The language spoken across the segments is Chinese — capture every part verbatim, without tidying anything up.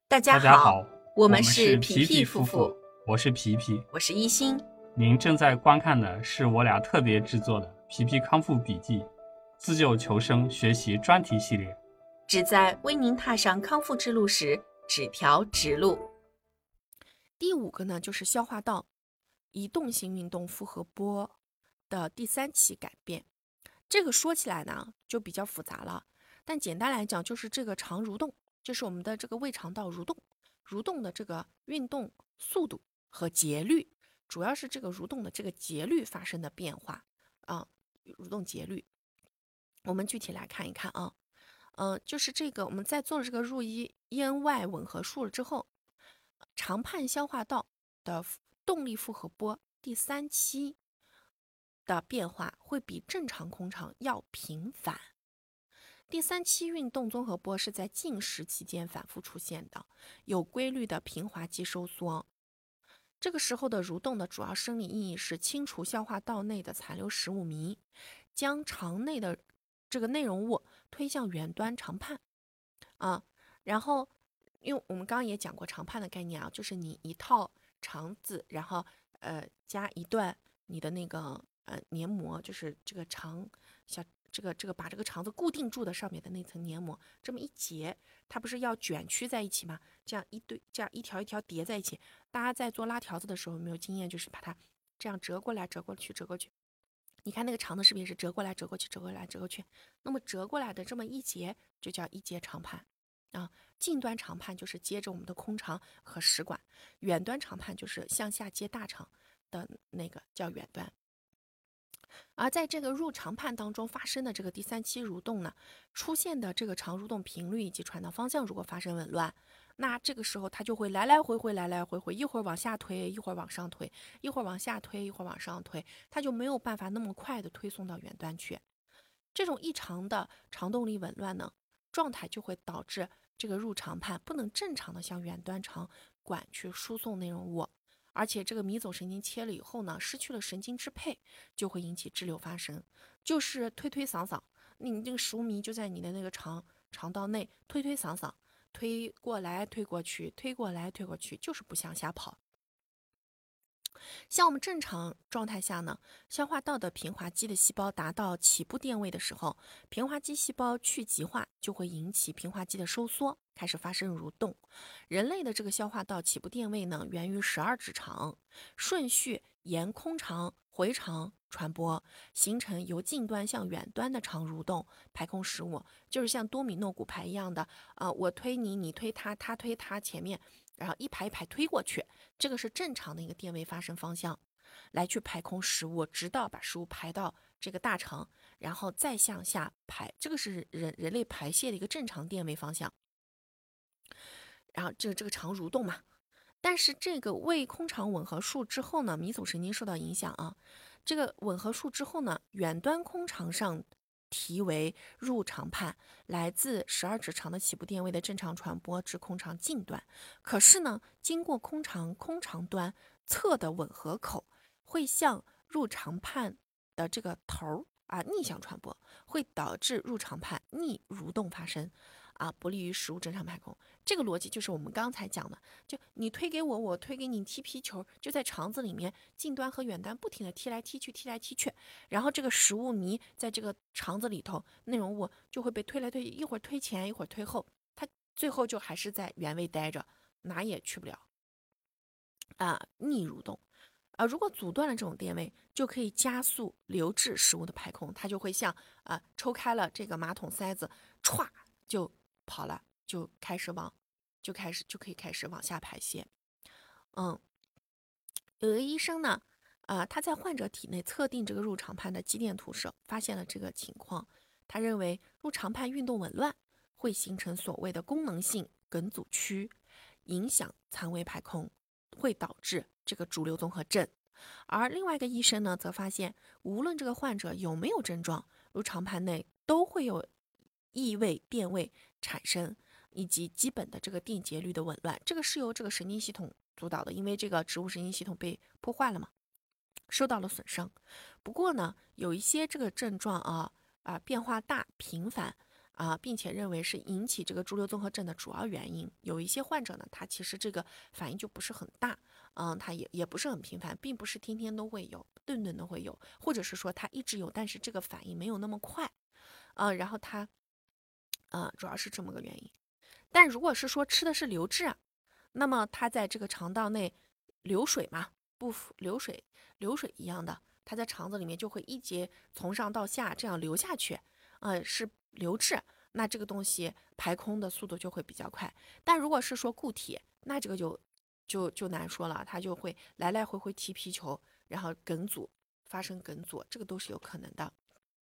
大家好， 大家好， 我们们是皮皮夫夫妇， 我是皮皮。 我是一心。 您正在观看的是我俩特别制作的皮皮康复笔记自救求生学习专题系列， 旨在为您踏上康复之路时指条直路。 第五个呢，就是消化道移动性运动复合波的第三期改变。这个说起来呢就比较复杂了，但简单来讲就是这个肠蠕动，就是我们的这个胃肠道蠕动，蠕动的这个运动速度和节律，主要是这个蠕动的这个节律发生的变化啊，蠕动节律。我们具体来看一看啊，嗯、呃，就是这个我们在做了这个入一 E N Y 吻合术了之后，肠畔消化道的动力复合波第三期的变化会比正常空肠要频繁。第三期运动综合波是在进食期间反复出现的，有规律的平滑肌收缩。这个时候的蠕动的主要生理意义是清除消化道内的残留食物糜，将肠内的这个内容物推向远端肠畔啊。然后，因为我们刚刚也讲过肠畔的概念啊，就是你一套肠子，然后呃加一段你的那个呃黏膜，就是这个肠小这个这个把这个肠子固定住的上面的那层黏膜，这么一结，它不是要卷曲在一起吗？这样一堆，这样一条一条叠在一起。大家在做拉条子的时候有没有经验？就是把它这样折过来、折过去、折过去。你看那个肠子是不是也是折过来、折过去、折过来、折过去？那么折过来的这么一节就叫一节肠畔啊。近端肠畔就是接着我们的空肠和食管，远端肠畔就是向下接大肠的那个叫远端。而在这个入肠畔当中发生的这个第三期蠕动呢，出现的这个肠蠕动频率以及传导方向如果发生紊乱，那这个时候它就会来来回回来来回回，一会儿往下推，一会儿往上推，一会儿往下推，一会儿往上推，它就没有办法那么快的推送到远端去。这种异常的肠动力紊乱呢，状态就会导致这个入肠畔不能正常的向远端肠管去输送内容物，而且这个迷走神经切了以后呢，失去了神经支配，就会引起滞留发生，就是推推搡搡，你这个食物糜就在你的那个肠肠道内推推搡搡，推过来推过去，推过来推过去，就是不向下跑。像我们正常状态下呢，消化道的平滑肌的细胞达到起步电位的时候，平滑肌细胞去极化就会引起平滑肌的收缩，开始发生蠕动。人类的这个消化道起步电位呢，源于十二指肠，顺序沿空肠、回肠传播，形成由近端向远端的肠蠕动，排空食物，就是像多米诺骨牌一样的，呃，我推你，你推他，他推他，前面。然后一排一排推过去，这个是正常的一个电位发生方向，来去排空食物，直到把食物排到这个大肠，然后再向下排，这个是人人类排泄的一个正常电位方向。然后这个这个肠蠕动嘛，但是这个胃空肠吻合术之后呢，迷走神经受到影响啊，这个吻合术之后呢，远端空肠上题为入肠畔，来自十二指肠的起步电位的正常传播至空肠近端。可是呢，经过空肠空肠端侧的吻合口，会向入肠畔的这个头啊逆向传播，会导致入肠畔逆蠕动发生。啊，不利于食物正常排空。这个逻辑就是我们刚才讲的，就你推给我，我推给你，踢皮球就在肠子里面近端和远端不停的踢来踢去，踢来踢去，然后这个食物糜在这个肠子里头，内容物就会被推来推去，一会儿推前，一会儿推后，它最后就还是在原位待着，哪也去不了。啊，逆蠕动。啊，如果阻断了这种电位，就可以加速流质食物的排空，它就会像啊抽开了这个马桶塞子，歘就跑了，就开始往，就开始就可以开始往下排泄。嗯，有个医生呢，啊、呃，他在患者体内测定这个入肠畔的肌电图时，发现了这个情况。他认为入肠畔运动紊乱会形成所谓的功能性梗阻区，影响肠胃排空，会导致这个逐流综合症。而另外一个医生呢，则发现无论这个患者有没有症状，入肠畔内都会有异位电位产生，以及基本的这个电解率的紊乱，这个是由这个神经系统主导的，因为这个植物神经系统被破坏了嘛，受到了损伤。不过呢，有一些这个症状啊啊变化大频繁啊，并且认为是引起这个猪瘤综合症的主要原因。有一些患者呢，他其实这个反应就不是很大，嗯，他也也不是很频繁，并不是天天都会有，顿顿都会有，或者是说他一直有，但是这个反应没有那么快，呃，然后他，呃，主要是这么个原因。但如果是说吃的是流质啊，那么它在这个肠道内流水嘛，不流水流水一样的，它在肠子里面就会一节从上到下这样流下去，呃，是流质，那这个东西排空的速度就会比较快。但如果是说固体，那这个就就就难说了，它就会来来回回踢皮球，然后梗阻发生梗阻，这个都是有可能的。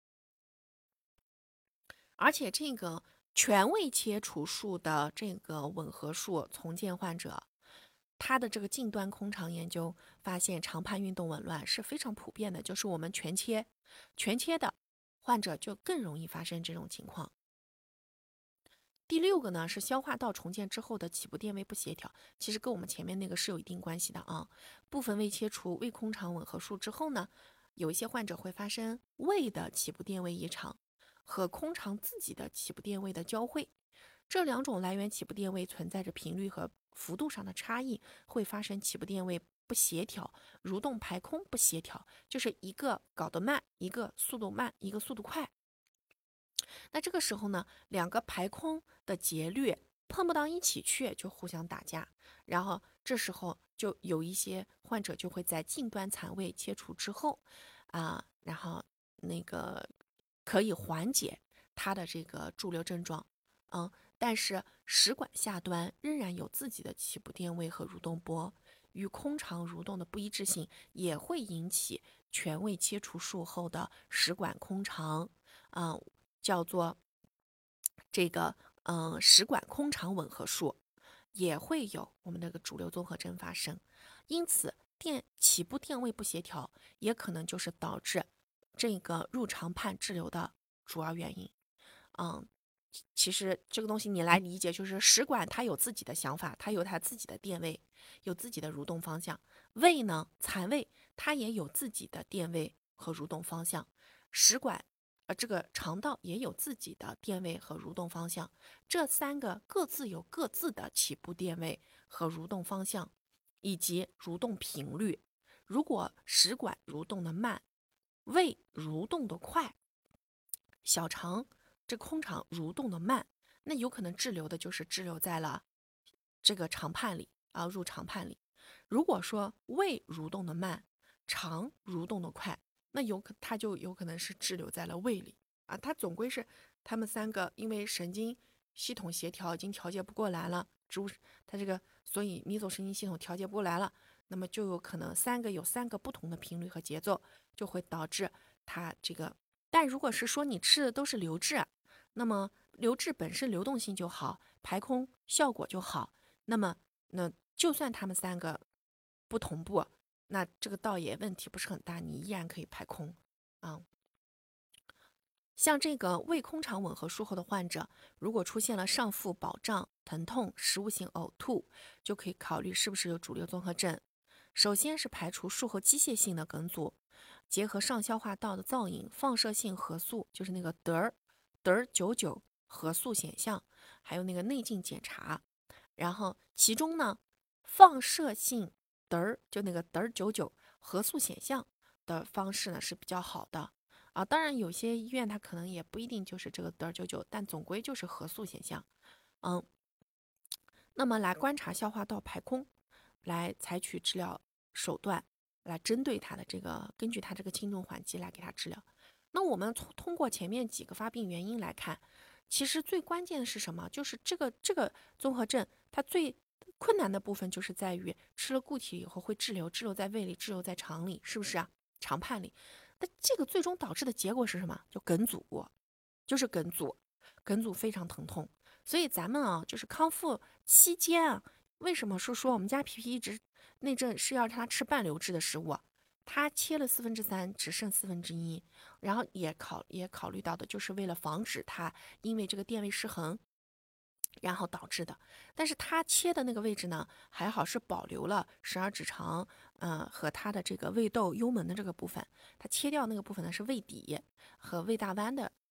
而且这个全胃切除术的这个吻合术重建患者，他的这个近端空肠研究发现，肠畔运动紊乱是非常普遍的，就是我们全切全切的患者就更容易发生这种情况。第六个呢是消化道重建之后的起步电位不协调，其实跟我们前面那个是有一定关系的啊。部分胃切除、胃空肠吻合术之后呢，有一些患者会发生胃的起步电位异常和空肠自己的起步电位的交汇，这两种来源起步电位存在着频率和幅度上的差异，会发生起步电位不协调、蠕动排空不协调，就是一个搞得慢，一个速度慢，一个速度快。那这个时候呢，两个排空的节律碰不到一起去，就互相打架。然后这时候就有一些患者就会在近端残胃切除之后，啊、然后那个可以缓解他的这个驻留症状，嗯，但是食管下端仍然有自己的起步电位和蠕动波，与空肠蠕动的不一致性也会引起全胃切除术后的食管空肠，嗯。叫做这个嗯、呃、食管空肠吻合术，也会有我们那个主流综合征发生。因此，电起步电位不协调，也可能就是导致这个入肠畔滞留的主要原因。嗯，其实这个东西你来理解，就是食管它有自己的想法，它有它自己的电位，有自己的蠕动方向。胃呢，残胃它也有自己的电位和蠕动方向。食管呃，这个肠道也有自己的电位和蠕动方向，这三个各自有各自的起步电位和蠕动方向，以及蠕动频率。如果食管蠕动的慢，胃蠕动的快，小肠这空肠蠕动的慢，那有可能滞留的就是滞留在了这个肠畔里啊，入肠畔里。如果说胃蠕动的慢，肠蠕动的快，那有可它就有可能是滞留在了胃里啊，它总归是他们三个因为神经系统协调已经调节不过来了，植物它这个所以迷走神经系统调节不过来了，那么就有可能三个有三个不同的频率和节奏，就会导致它这个。但如果是说你吃的都是流质，那么流质本身流动性就好，排空效果就好，那么那就算他们三个不同步，那这个倒也问题不是很大，你依然可以排空啊。像这个胃空肠吻合术后的患者，如果出现了上腹饱胀、疼痛、食物性呕吐，就可以考虑是不是有主流综合症。首先是排除术后机械性的梗阻，结合上消化道的造影、放射性核素，就是那个德儿德儿九九核素显像，还有那个内镜检查。然后其中呢，放射性德儿就那个德儿九九核素显像的方式呢是比较好的啊。当然有些医院它可能也不一定就是这个德儿九九，但总归就是核素显像。嗯，那么来观察消化道排空，来采取治疗手段，来针对它的这个，根据它这个轻重缓急来给它治疗。那我们从通过前面几个发病原因来看，其实最关键的是什么？就是这个这个综合症，它最困难的部分就是在于吃了固体以后会滞留，滞留在胃里，滞留在肠里，是不是啊？肠畔里。那这个最终导致的结果是什么？就梗阻，就是梗阻，梗阻非常疼痛。所以咱们啊，就是康复期间啊，为什么是说我们家皮皮一直那阵是要让他吃半流质的食物？他切了四分之三，只剩四分之一，然后也考也考虑到的就是为了防止他因为这个电位失衡，然后导致的。但是他切的那个位置呢，还好是保留了十二指肠，呃和他的这个胃窦幽门的这个部分。他切掉那个部分呢是胃底和胃大弯的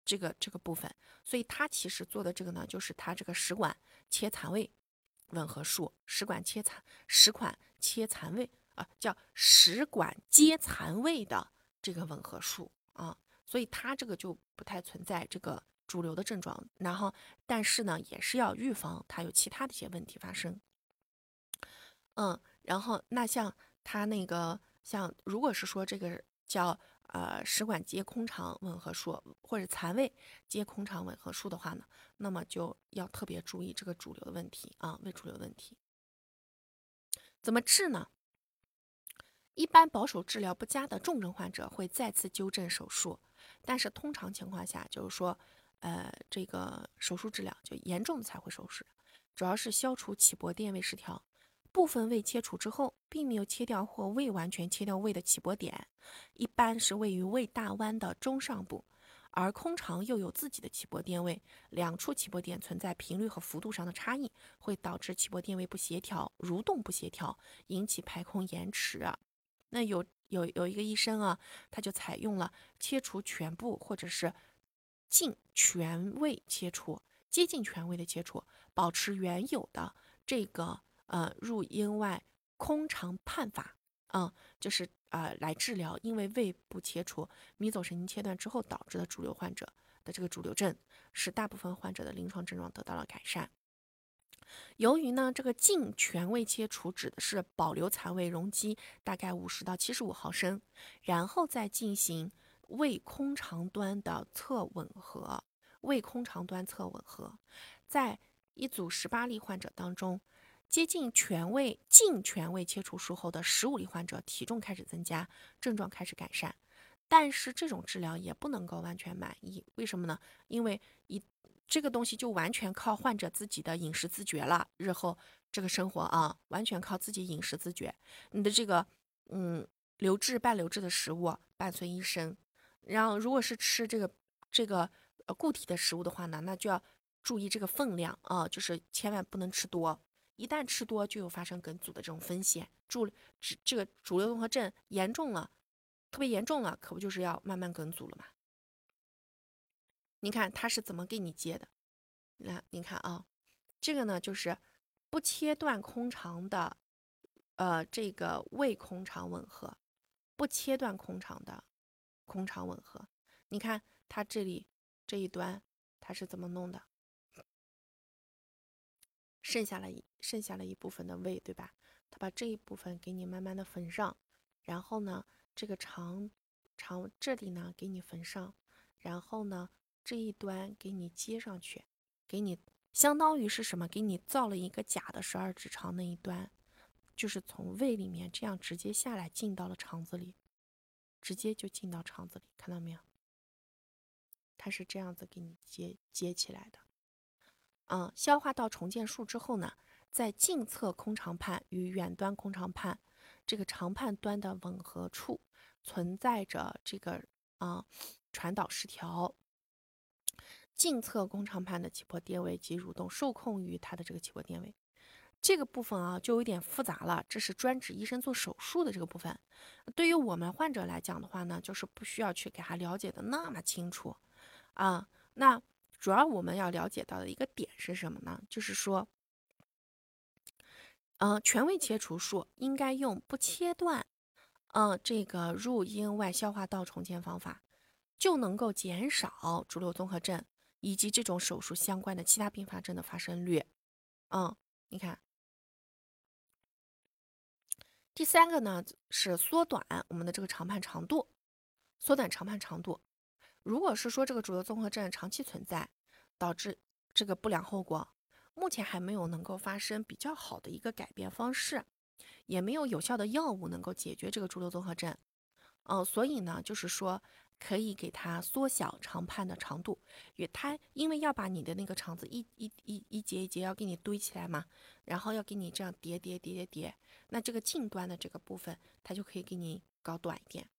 这个这个部分，所以它其实做的这个呢，就是它这个食管切残位吻合术，食管切残食管切残位啊，叫食管接残位的这个吻合术啊，所以它这个就不太存在这个主流的症状，然后但是呢，也是要预防它有其他的一些问题发生。嗯，然后那像它那个像如果是说这个叫呃食管接空肠吻合术或者残胃接空肠吻合术的话呢，那么就要特别注意这个主流的问题啊，胃主流问题。怎么治呢？一般保守治疗不佳的重症患者会再次纠正手术，但是通常情况下就是说，呃，这个手术治疗就严重的才会手术，主要是消除起搏电位失调。部分胃切除之后，并没有切掉或未完全切掉胃的起搏点，一般是位于胃大弯的中上部，而空肠又有自己的起搏电位，两处起搏点存在频率和幅度上的差异，会导致起搏电位不协调、蠕动不协调，引起排空延迟。那有有有一个医生啊，他就采用了切除全部或者是近全位切除，接近全位的切除，保持原有的这个呃入阴外空肠判法，嗯，就是呃来治疗因为胃部切除迷走神经切断之后导致的主流患者的这个主流症，使大部分患者的临床症状得到了改善。由于呢，这个近全位切除指的是保留残胃容积大概五十到七十五毫升，然后再进行胃空肠端的侧吻合，胃空肠端侧吻合，在一组十八例患者当中，接近全位近全位切除术后的十五例患者体重开始增加，症状开始改善。但是这种治疗也不能够完全满意，为什么呢？因为一这个东西就完全靠患者自己的饮食自觉了，日后这个生活啊，完全靠自己饮食自觉。你的这个嗯流质半流质的食物伴随一生，然后如果是吃这个这个呃固体的食物的话呢，那就要注意这个分量啊，就是千万不能吃多，一旦吃多就有发生梗阻的这种风险。主这个主流综合症严重了。特别严重了，可不就是要慢慢梗阻了吗？你看他是怎么给你接的？那你看啊，这个呢就是不切断空肠的，呃，这个胃空肠吻合，不切断空肠的空肠吻合。你看他这里这一端他是怎么弄的？剩下了一剩下了一部分的胃，对吧？他把这一部分给你慢慢的缝上，然后呢？这个肠肠这里呢给你缝上，然后呢这一端给你接上去，给你相当于是什么？给你造了一个假的十二指肠那一端，就是从胃里面这样直接下来进到了肠子里，直接就进到肠子里，看到没有？它是这样子给你接接起来的。嗯，消化道重建术之后呢，在近侧空肠畔与远端空肠畔这个肠畔端的吻合处。存在着这个啊、呃、传导失调，近侧宫肠畔的起搏电位及蠕动受控于它的这个起搏电位，这个部分啊就有点复杂了，这是专指医生做手术的这个部分。对于我们患者来讲的话呢，就是不需要去给他了解的那么清楚啊。那主要我们要了解到的一个点是什么呢？就是说，嗯、呃，全位切除术应该用不切断。嗯，这个入阴外消化道重建方法就能够减少主流综合症以及这种手术相关的其他并发症的发生率。嗯，你看，第三个呢是缩短我们的这个肠畔长度，缩短肠畔长度。如果是说这个主流综合症长期存在，导致这个不良后果，目前还没有能够发生比较好的一个改变方式。也没有有效的药物能够解决这个主流综合症，嗯、呃，所以呢，就是说可以给它缩小肠畔的长度，因为它因为要把你的那个肠子一一一一节一节要给你堆起来嘛，然后要给你这样叠叠叠叠叠，那这个近端的这个部分它就可以给你搞短一点。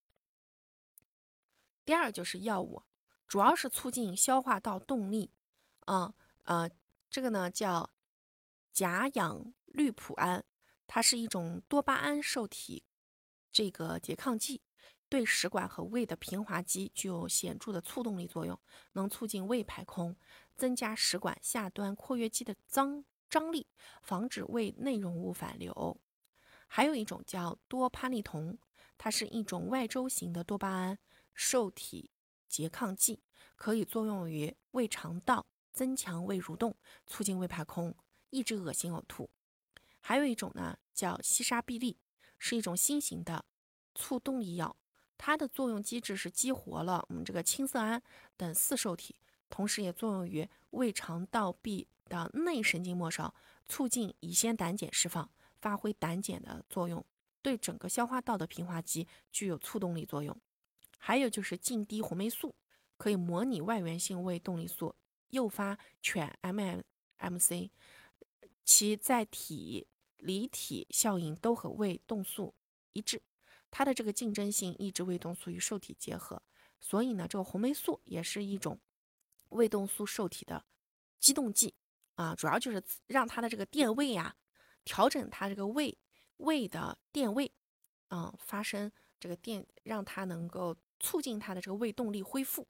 第二就是药物，主要是促进消化道动力，嗯呃，这个呢叫甲氧氯普胺。它是一种多巴胺受体这个拮抗剂， 对食管和胃的平滑肌具有显著的促动力作用，能促进胃排空，增加食管下端括约肌的张张力，防止胃内容物反流。还有一种叫多巴利酮，它是一种外周型的多巴胺受体拮抗剂，可以作用于胃肠道，增强胃蠕动，促进胃排空，抑制恶心呕吐。还有一种呢叫西沙必利，是一种新型的促动力药，它的作用机制是激活了我们这个青色胺等四受体，同时也作用于胃肠道壁的内神经末梢，促进乙酰胆碱释放，发挥胆碱的作用，对整个消化道的平滑肌具有促动力作用。还有就是近滴红霉素，可以模拟外源性胃动力素，诱发犬 M M C， 其在体离体效应都和胃动素一致，它的这个竞争性抑制胃动素与受体结合，所以呢，这个红霉素也是一种胃动素受体的激动剂啊，主要就是让它的这个电位呀、啊，调整它这个胃胃的电位，嗯，发生这个电，让它能够促进它的这个胃动力恢复。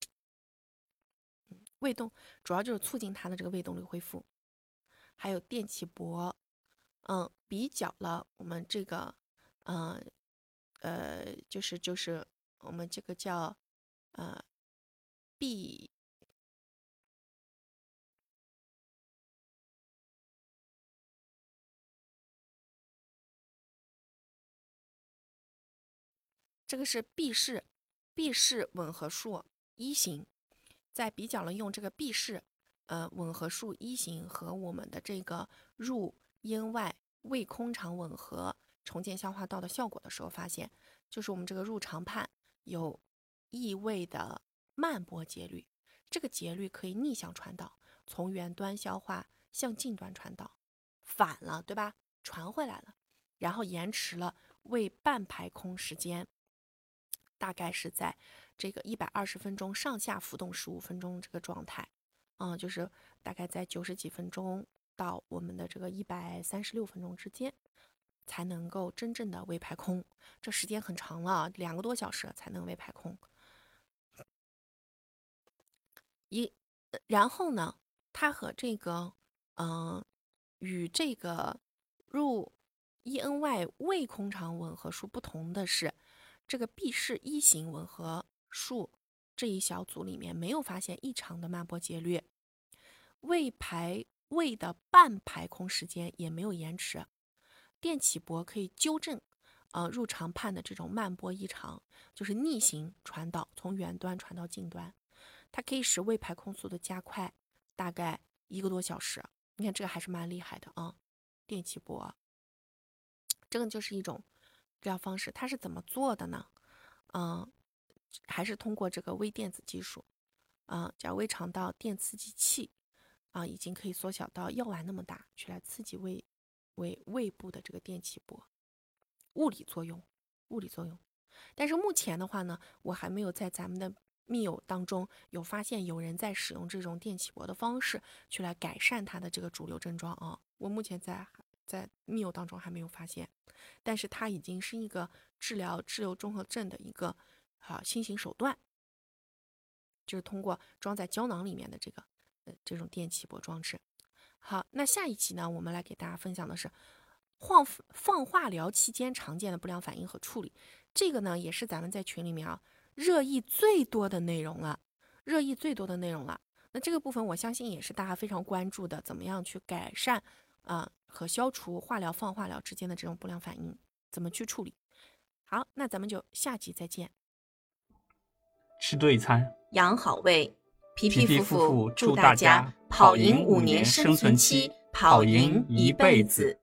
胃动主要就是促进它的这个胃动力恢复。还有电气搏，嗯，比较了我们这个，嗯呃，呃，就是就是我们这个叫呃 B。这个是 B 氏 B 氏吻合素一型，在比较了用这个 B 氏呃吻合素一型和我们的这个入咽外胃空肠吻合重建消化道的效果的时候，发现就是我们这个入肠畔有异位的慢波节律，这个节律可以逆向传导，从远端消化向近端传导，反了，对吧？传回来了，然后延迟了胃半排空时间，大概是在这个一百二十分钟上下浮动十五分钟这个状态，嗯，就是大概在九十几分钟到我们的这个一百三十六分钟之间，才能够真正的胃排空。这时间很长了，两个多小时才能胃排空。一，然后呢，它和这个，嗯、呃，与这个入 E N Y 胃空肠吻合素不同的是，这个 B 氏一型吻合素这一小组里面没有发现异常的慢波节律，胃排胃的半排空时间也没有延迟。电起搏可以纠正呃入肠畔的这种慢波异常，就是逆行传导，从远端传到近端，它可以使胃排空速度加快大概一个多小时。你看这个还是蛮厉害的啊，电起搏，这个就是一种治疗方式。它是怎么做的呢？嗯，还是通过这个微电子技术啊，叫胃肠道电刺激器啊，已经可以缩小到药丸那么大，去来刺激胃胃胃部的这个电气波，物理作用，物理作用。但是目前的话呢，我还没有在咱们的密友当中有发现有人在使用这种电气搏的方式去来改善它的这个主流症状啊。我目前在在密友当中还没有发现，但是它已经是一个治疗滞留综合症的一个啊新型手段，就是通过装在胶囊里面的这个呃这种电气搏装置。好，那下一期呢，我们来给大家分享的是放放化疗期间常见的不良反应和处理。这个呢，也是咱们在群里面啊热议最多的内容了，热议最多的内容了。那这个部分我相信也是大家非常关注的，怎么样去改善啊、呃、和消除化疗放化疗之间的这种不良反应，怎么去处理。好，那咱们就下集再见。 吃对餐， 养好胃。皮皮夫妇祝祝大家家跑赢五年生存期，跑赢一辈子。